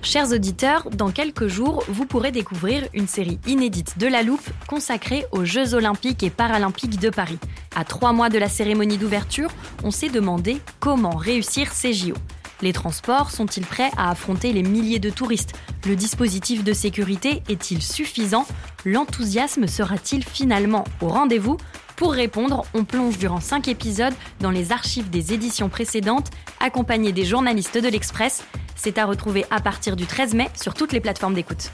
Chers auditeurs, dans quelques jours, vous pourrez découvrir une série inédite de La Loupe consacrée aux Jeux Olympiques et Paralympiques de Paris. À 3 mois de la cérémonie d'ouverture, on s'est demandé comment réussir ces JO. Les transports sont-ils prêts à affronter les milliers de touristes ? Le dispositif de sécurité est-il suffisant ? L'enthousiasme sera-t-il finalement au rendez-vous ? Pour répondre, on plonge durant 5 épisodes dans les archives des éditions précédentes, accompagnés des journalistes de l'Express. C'est à retrouver à partir du 13 mai sur toutes les plateformes d'écoute.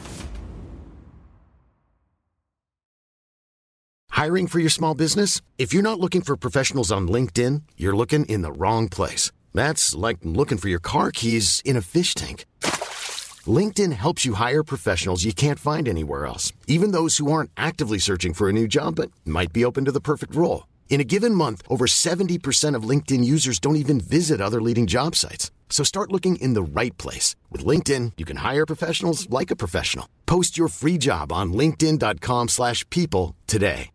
Hiring for your small business? If you're not looking for professionals on LinkedIn, you're looking in the wrong place. That's like looking for your car keys in a fish tank. LinkedIn helps you hire professionals you can't find anywhere else, even those who aren't actively searching for a new job but might be open to the perfect role. In a given month, over 70% of LinkedIn users don't even visit other leading job sites. So start looking in the right place. With LinkedIn, you can hire professionals like a professional. Post your free job on linkedin.com/people today.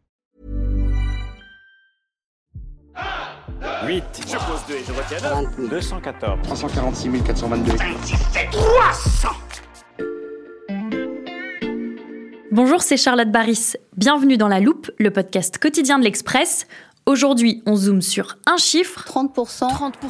8. Je pose 2 et je retiens 2. 214. 346 422. 300. Bonjour, c'est Charlotte Baris. Bienvenue dans La Loupe, le podcast quotidien de l'Express. Aujourd'hui, on zoome sur un chiffre. 30%.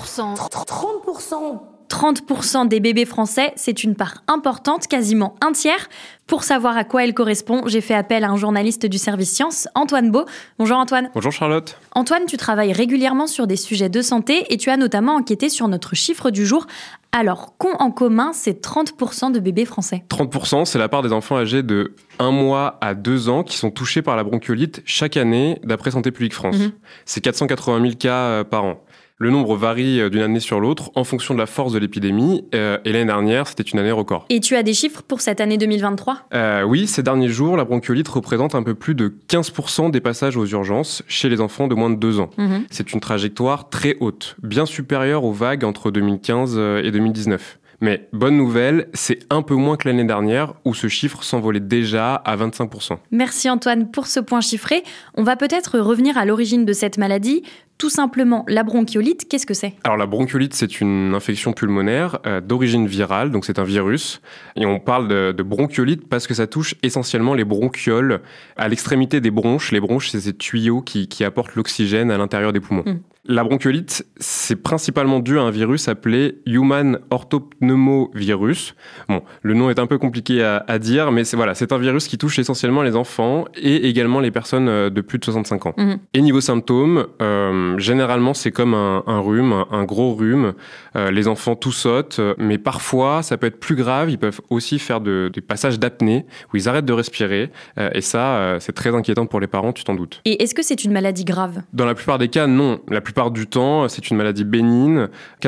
30% des bébés français, c'est une part importante, quasiment un tiers. Pour savoir à quoi elle correspond, j'ai fait appel à un journaliste du service Sciences, Antoine Beau. Bonjour Antoine. Bonjour Charlotte. Antoine, tu travailles régulièrement sur des sujets de santé et tu as notamment enquêté sur notre chiffre du jour. Alors, qu'ont en commun ces 30% de bébés français ? 30%, c'est la part des enfants âgés de 1 mois à 2 ans qui sont touchés par la bronchiolite chaque année, d'après Santé publique France. C'est 480 000 cas par an. Le nombre varie d'une année sur l'autre en fonction de la force de l'épidémie. Et l'année dernière, c'était une année record. Et tu as des chiffres pour cette année 2023 ? Oui, ces derniers jours, la bronchiolite représente un peu plus de 15% des passages aux urgences chez les enfants de moins de 2 ans. C'est une trajectoire très haute, bien supérieure aux vagues entre 2015 et 2019. Mais bonne nouvelle, c'est un peu moins que l'année dernière où ce chiffre s'envolait déjà à 25%. Merci Antoine pour ce point chiffré. On va peut-être revenir à l'origine de cette maladie. Tout simplement, la bronchiolite, qu'est-ce que c'est ? Alors la bronchiolite, c'est une infection pulmonaire d'origine virale, donc c'est un virus. Et on parle de bronchiolite parce que ça touche essentiellement les bronchioles à l'extrémité des bronches. Les bronches, c'est ces tuyaux qui apportent l'oxygène à l'intérieur des poumons. La bronchiolite, c'est principalement dû à un virus appelé Human Orthopneumovirus. Bon, le nom est un peu compliqué à dire, mais c'est un virus qui touche essentiellement les enfants et également les personnes de plus de 65 ans. Et niveau symptômes, généralement, c'est comme un rhume, un gros rhume. Les enfants toussotent, mais parfois, ça peut être plus grave. Ils peuvent aussi faire des passages d'apnée où ils arrêtent de respirer. Et ça, c'est très inquiétant pour les parents, tu t'en doutes. Et est-ce que c'est une maladie grave ? Dans la plupart des cas, non. La plupart du temps, c'est une maladie bénigne.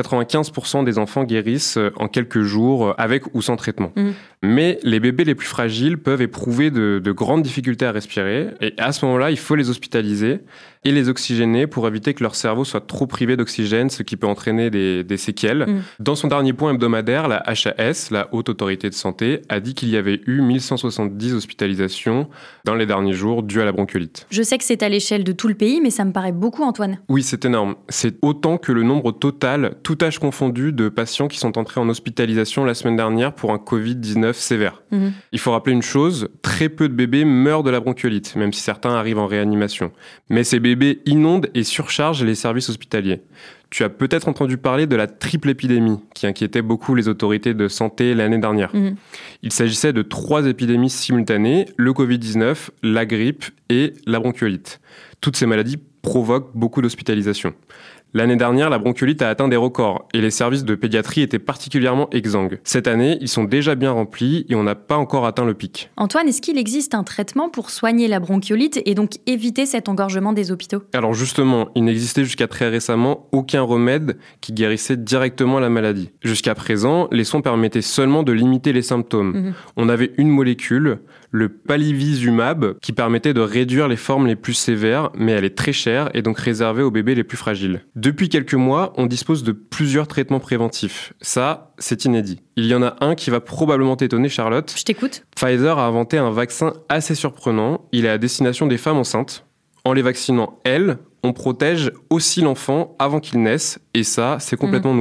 95% des enfants guérissent en quelques jours avec ou sans traitement. Mais les bébés les plus fragiles peuvent éprouver de grandes difficultés à respirer. Et à ce moment-là, il faut les hospitaliser et les oxygéner pour éviter que leur cerveau soit trop privé d'oxygène, ce qui peut entraîner des séquelles. Dans son dernier point hebdomadaire, la HAS, la Haute Autorité de Santé, a dit qu'il y avait eu 1170 hospitalisations dans les derniers jours dues à la bronchiolite. Je sais que c'est à l'échelle de tout le pays, mais ça me paraît beaucoup, Antoine. Oui, c'est énorme. C'est autant que le nombre total, tout âge confondu, de patients qui sont entrés en hospitalisation la semaine dernière pour un Covid-19 sévère. Il faut rappeler une chose, très peu de bébés meurent de la bronchiolite, même si certains arrivent en réanimation. Mais ces bébés inondent et surchargent les services hospitaliers. Tu as peut-être entendu parler de la triple épidémie qui inquiétait beaucoup les autorités de santé l'année dernière. Il s'agissait de 3 épidémies simultanées, le Covid-19, la grippe et la bronchiolite. Toutes ces maladies provoquent beaucoup d'hospitalisations. L'année dernière, la bronchiolite a atteint des records et les services de pédiatrie étaient particulièrement exsangues. Cette année, ils sont déjà bien remplis et on n'a pas encore atteint le pic. Antoine, est-ce qu'il existe un traitement pour soigner la bronchiolite et donc éviter cet engorgement des hôpitaux ? Alors justement, il n'existait jusqu'à très récemment aucun remède qui guérissait directement la maladie. Jusqu'à présent, les soins permettaient seulement de limiter les symptômes. On avait une molécule, le palivizumab, qui permettait de réduire les formes les plus sévères, mais elle est très chère et donc réservée aux bébés les plus fragiles. Depuis quelques mois, on dispose de plusieurs traitements préventifs. Ça, c'est inédit. Il y en a un qui va probablement t'étonner, Charlotte. Je t'écoute. Pfizer a inventé un vaccin assez surprenant. Il est à destination des femmes enceintes. En les vaccinant, elles, on protège aussi l'enfant avant qu'il naisse. Et ça, c'est complètement nouveau.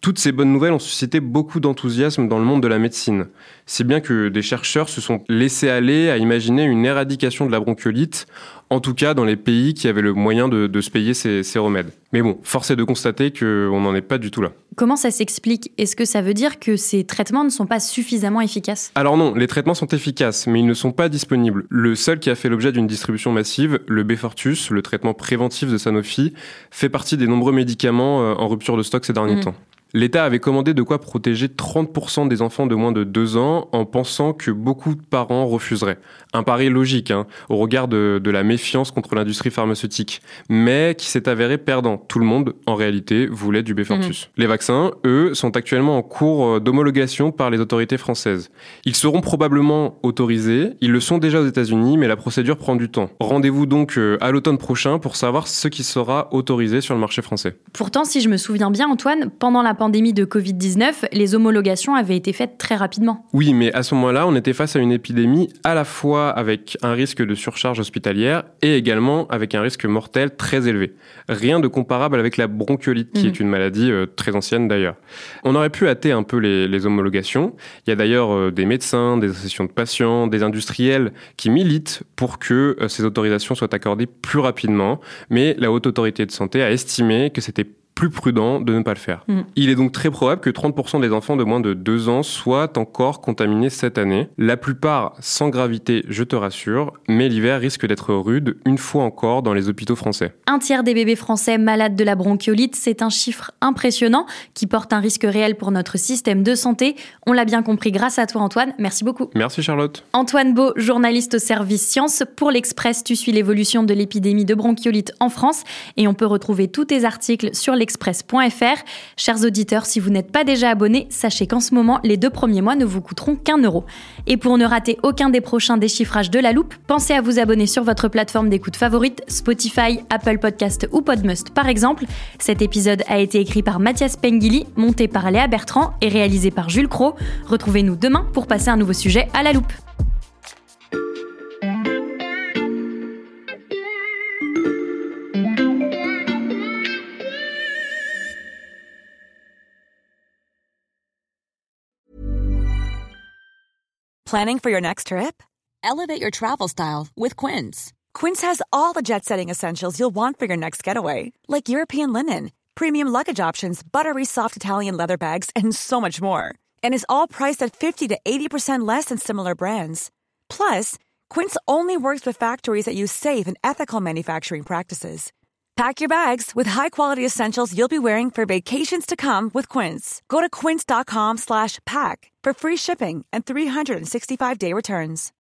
Toutes ces bonnes nouvelles ont suscité beaucoup d'enthousiasme dans le monde de la médecine. Si bien que des chercheurs se sont laissés aller à imaginer une éradication de la bronchiolite, en tout cas dans les pays qui avaient le moyen de se payer ces remèdes. Mais bon, force est de constater qu'on n'en est pas du tout là. Comment ça s'explique ? Est-ce que ça veut dire que ces traitements ne sont pas suffisamment efficaces ? Alors non, les traitements sont efficaces, mais ils ne sont pas disponibles. Le seul qui a fait l'objet d'une distribution massive, le Beyfortus, le traitement préventif de Sanofi, fait partie des nombreux médicaments en rupture de stock ces derniers temps. L'État avait commandé de quoi protéger 30% des enfants de moins de 2 ans en pensant que beaucoup de parents refuseraient. Un pari logique, au regard de la méfiance contre l'industrie pharmaceutique, mais qui s'est avéré perdant. Tout le monde, en réalité, voulait du Beyfortus. Les vaccins, eux, sont actuellement en cours d'homologation par les autorités françaises. Ils seront probablement autorisés, ils le sont déjà aux États-Unis, mais la procédure prend du temps. Rendez-vous donc à l'automne prochain pour savoir ce qui sera autorisé sur le marché français. Pourtant, si je me souviens bien, Antoine, pendant la pandémie de Covid-19, les homologations avaient été faites très rapidement. Oui, mais à ce moment-là, on était face à une épidémie à la fois avec un risque de surcharge hospitalière et également avec un risque mortel très élevé. Rien de comparable avec la bronchiolite, qui est une maladie très ancienne d'ailleurs. On aurait pu hâter un peu les homologations. Il y a d'ailleurs des médecins, des associations de patients, des industriels qui militent pour que ces autorisations soient accordées plus rapidement. Mais la Haute Autorité de Santé a estimé que c'était plus prudent de ne pas le faire. Il est donc très probable que 30% des enfants de moins de 2 ans soient encore contaminés cette année. La plupart sans gravité, je te rassure, mais l'hiver risque d'être rude une fois encore dans les hôpitaux français. 1/3 des bébés français malades de la bronchiolite, c'est un chiffre impressionnant qui porte un risque réel pour notre système de santé. On l'a bien compris grâce à toi Antoine, merci beaucoup. Merci Charlotte. Antoine Beau, journaliste au service Sciences. Pour l'Express, tu suis l'évolution de l'épidémie de bronchiolite en France et on peut retrouver tous tes articles sur l'express.fr. Chers auditeurs, si vous n'êtes pas déjà abonnés, sachez qu'en ce moment, les 2 premiers mois ne vous coûteront qu'1 euro. Et pour ne rater aucun des prochains déchiffrages de la loupe, pensez à vous abonner sur votre plateforme d'écoute favorite, Spotify, Apple Podcast ou Podmust par exemple. Cet épisode a été écrit par Mathias Pengili, monté par Léa Bertrand et réalisé par Jules Cros. Retrouvez-nous demain pour passer un nouveau sujet à la loupe. Planning for your next trip? Elevate your travel style with Quince. Quince has all the jet-setting essentials you'll want for your next getaway, like European linen, premium luggage options, buttery soft Italian leather bags, and so much more. And is all priced at 50 to 80% less than similar brands. Plus, Quince only works with factories that use safe and ethical manufacturing practices. Pack your bags with high-quality essentials you'll be wearing for vacations to come with Quince. Go to quince.com/pack for free shipping and 365-day returns.